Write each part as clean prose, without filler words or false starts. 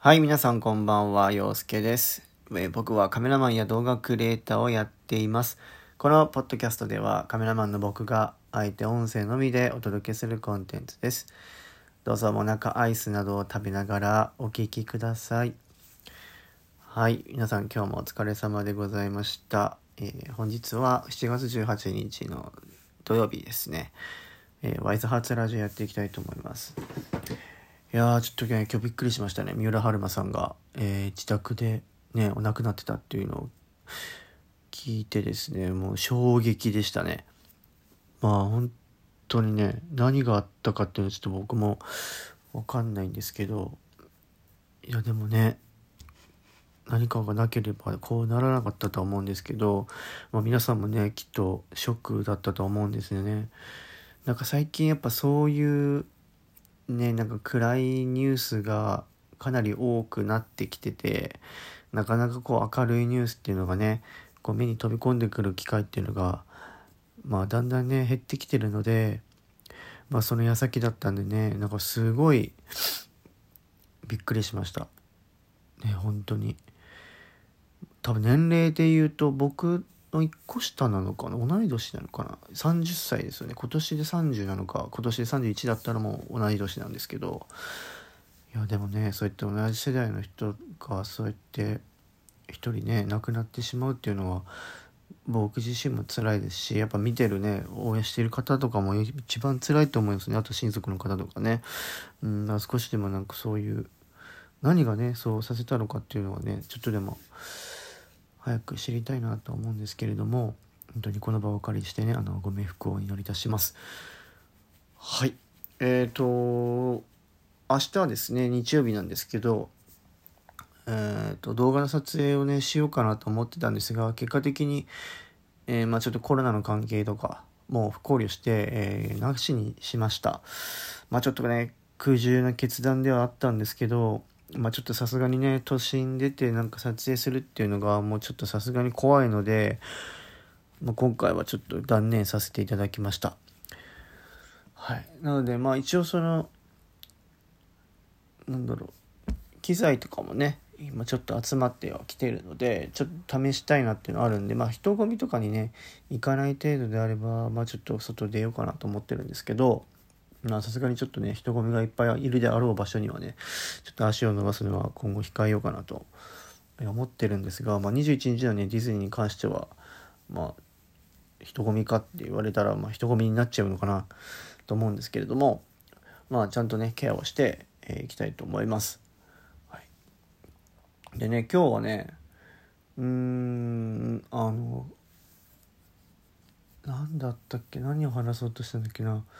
はい、皆さんこんばんは、陽介です。僕はカメラマンや動画クリエイターをやっています。このポッドキャストではカメラマンの僕があえて音声のみでお届けするコンテンツです。どうぞもなかアイスなどを食べながらお聞きください。はい、皆さん今日もお疲れ様でございました。本日は7月18日の土曜日ですね。ワイズハーツラジオやっていきたいと思います。いやーちょっとね今日びっくりしましたね。三浦春馬さんが、自宅でねお亡くなってたっていうのを聞いてですね、もう衝撃でしたね。まあ本当にね何があったかっていうのはちょっと僕もわかんないんですけど、いやでもね何かがなければこうならなかったとは思うんですけど、皆さんもねきっとショックだったと思うんですよね。なんか最近やっぱそういうね、なんか暗いニュースがかなり多くなってきてて、なかなかこう明るいニュースっていうのがね、こう目に飛び込んでくる機会っていうのが、だんだんね、減ってきてるので、その矢先だったんでね、なんかすごいびっくりしました。ね、本当に。多分年齢で言うと僕の1個下なのかな、同い年なのかな、30歳ですよね。今年で30なのか、今年で31だったらもう同い年なんですけど、いやでもねそうやって同じ世代の人がそうやって一人ね亡くなってしまうっていうのは僕自身も辛いですし、やっぱ見てるね応援している方とかも一番辛いと思いますね。あと親族の方とかね、だから少しでもなんかそういう何がねそうさせたのかっていうのはねちょっとでも早く知りたいなと思うんですけれども、本当にこの場をお借りしてねご冥福をお祈りいたします。はい、明日はですね日曜日なんですけど、動画の撮影をねしようかなと思ってたんですが、結果的に、ちょっとコロナの関係とかもう不考慮して、なしにしました。ちょっとね苦渋な決断ではあったんですけど、ちょっとさすがにね都心出てなんか撮影するっていうのがもうちょっとさすがに怖いので、今回はちょっと断念させていただきました。はい、なので一応その機材とかもね今ちょっと集まってはきてるので、ちょっと試したいなっていうのあるんで、人混みとかにね行かない程度であればちょっと外出ようかなと思ってるんですけど、さすがにちょっとね人混みがいっぱいいるであろう場所にはねちょっと足を伸ばすのは今後控えようかなと思ってるんですが、21日のねディズニーに関しては人混みかって言われたら人混みになっちゃうのかなと思うんですけれども、ちゃんとねケアをしていきたいと思います。でね今日はねなんだったっけ、何を話そうとしたんだっけな。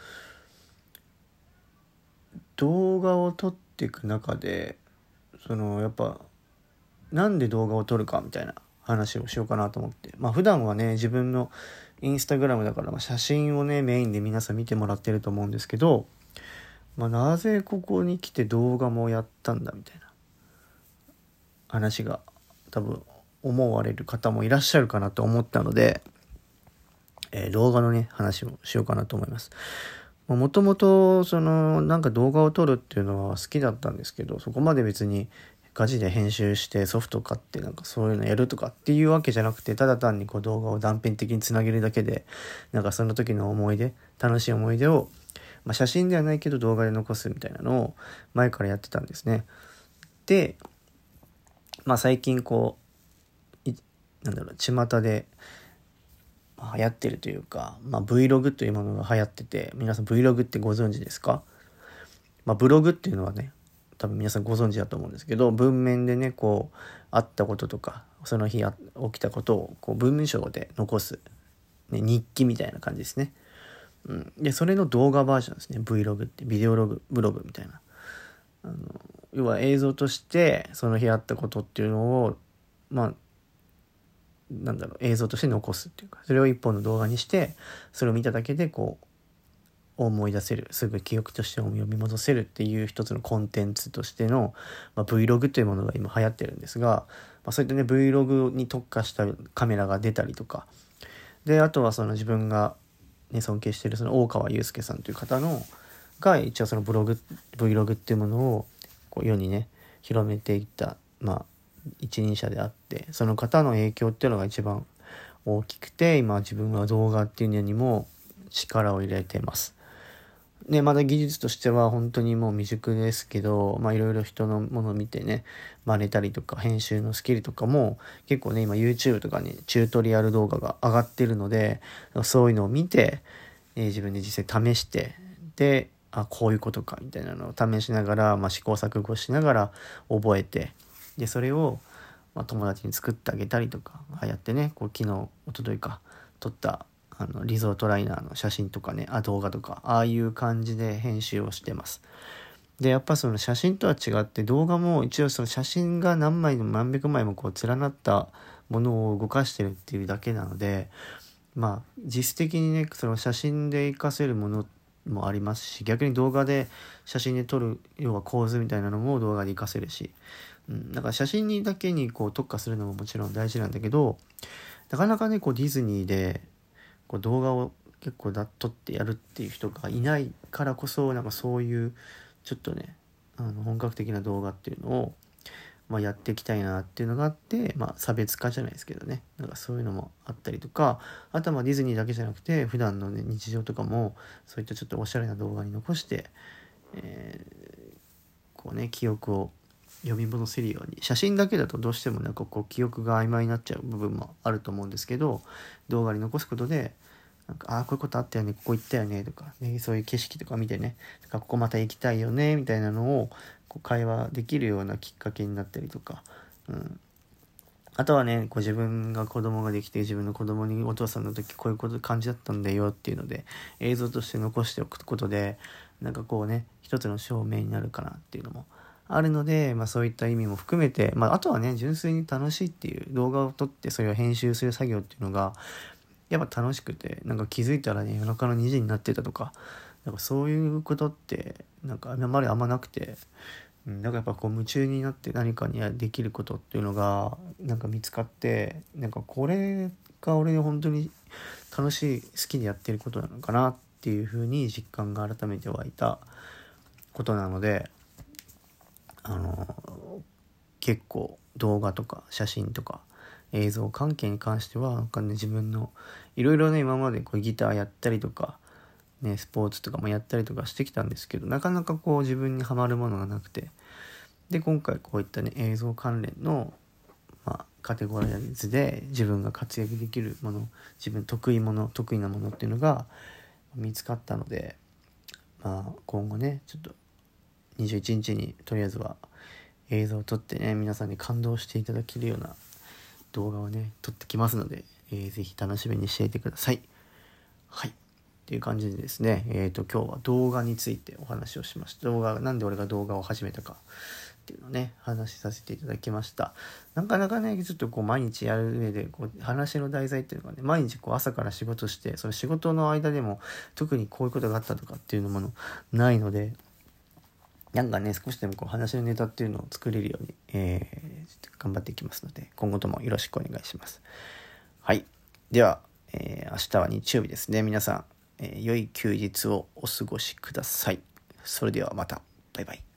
動画を撮っていく中でやっぱなんで動画を撮るかみたいな話をしようかなと思って、普段はね自分のインスタグラムだから、写真をねメインで皆さん見てもらってると思うんですけど、なぜここに来て動画もやったんだみたいな話が多分思われる方もいらっしゃるかなと思ったので、動画のね話をしようかなと思います。もともとなんか動画を撮るっていうのは好きだったんですけど、そこまで別にガチで編集してソフト買ってなんかそういうのやるとかっていうわけじゃなくて、ただ単にこう動画を断片的につなげるだけで、なんかその時の思い出、楽しい思い出を、写真ではないけど動画で残すみたいなのを前からやってたんですね。で、最近こう巷で流行ってるというか、Vlog というものが流行ってて、皆さん Vlog ってご存知ですか？ブログっていうのはね多分皆さんご存知だと思うんですけど、文面でねこうあったこととかその日起きたことをこう文章で残す、日記みたいな感じですね。でそれの動画バージョンですね。 Vlog ってビデオログブログみたいな、要は映像としてその日あったことっていうのを映像として残すっていうか、それを一本の動画にしてそれを見ただけでこう思い出せる、すぐ記憶として読み戻せるっていう一つのコンテンツとしての、Vlog というものが今流行ってるんですが、そういったね Vlog に特化したカメラが出たりとかで、あとはその自分が、尊敬しているその大川祐介さんという方のが一応そのVlog っていうものをこう世にね広めていった一人者であって、その方の影響っていうのが一番大きくて、今自分は動画っていうのにも力を入れています。で、まだ技術としては本当にもう未熟ですけど、いろいろ人のものを見てね、真似たりとか、編集のスキルとかも結構ね、今 YouTube とかにチュートリアル動画が上がってるので、そういうのを見て、自分で実際試して、で、こういうことかみたいなのを試しながら、試行錯誤しながら覚えて、でそれを、友達に作ってあげたりとか、やってね、こう昨日一昨日か撮ったリゾートライナーの写真とかね、動画とか、ああいう感じで編集をしてます。でやっぱその写真とは違って動画も一応その写真が何枚も何百枚もこう連なったものを動かしてるっていうだけなので、実質的にねその写真で活かせるものもありますし、逆に動画で写真で撮る要は構図みたいなのも動画で活かせるし、だから写真にだけにこう特化するのももちろん大事なんだけど、なかなかねこうディズニーでこう動画を結構撮ってやるっていう人がいないからこそ、そういうちょっとね本格的な動画っていうのを、やっていきたいなっていうのがあって、差別化じゃないですけどね、そういうのもあったりとか、あとはディズニーだけじゃなくて普段のね日常とかもそういったちょっとおしゃれな動画に残して、こうね記憶を読み戻せるように、写真だけだとどうしてもこう記憶が曖昧になっちゃう部分もあると思うんですけど、動画に残すことでこういうことあったよね、ここ行ったよねとか、ね、そういう景色とか見てね、ここまた行きたいよねみたいなのをこう会話できるようなきっかけになったりとか、あとはねこう自分が子供ができて、自分の子供にお父さんの時こういうこと感じだったんだよっていうので映像として残しておくことで、こうね一つの証明になるかなっていうのもあるので、そういった意味も含めて、あとはね純粋に楽しいっていう、動画を撮ってそれを編集する作業っていうのがやっぱ楽しくて、気づいたらね夜中の2時になってたとか、そういうことって今まであんまなくて、やっぱこう夢中になって何かにできることっていうのが見つかって、これが俺本当に楽しい好きでやってることなのかなっていうふうに実感が改めて湧いたことなので、結構動画とか写真とか映像関係に関しては自分のいろいろね今までこうギターやったりとかねスポーツとかもやったりとかしてきたんですけど、なかなかこう自分にはまるものがなくて、で今回こういったね映像関連のカテゴライズで自分が活躍できるもの、自分得意なものっていうのが見つかったので、今後ねちょっと21日にとりあえずは映像を撮ってね皆さんに感動していただけるような動画をね撮ってきますので、ぜひ楽しみにしていてください。はいっていう感じでですね、今日は動画についてお話をしました。なんで俺が動画を始めたかっていうのをね話しさせていただきました。なかなかねちょっとこう毎日やる上でこう話の題材っていうのがね、毎日こう朝から仕事して、その仕事の間でも特にこういうことがあったとかっていうのもないので、少しでもこう話のネタっていうのを作れるように、ちょっと頑張っていきますので、今後ともよろしくお願いします。はい。では、明日は日曜日ですね。皆さん、良い休日をお過ごしください。それではまた。バイバイ。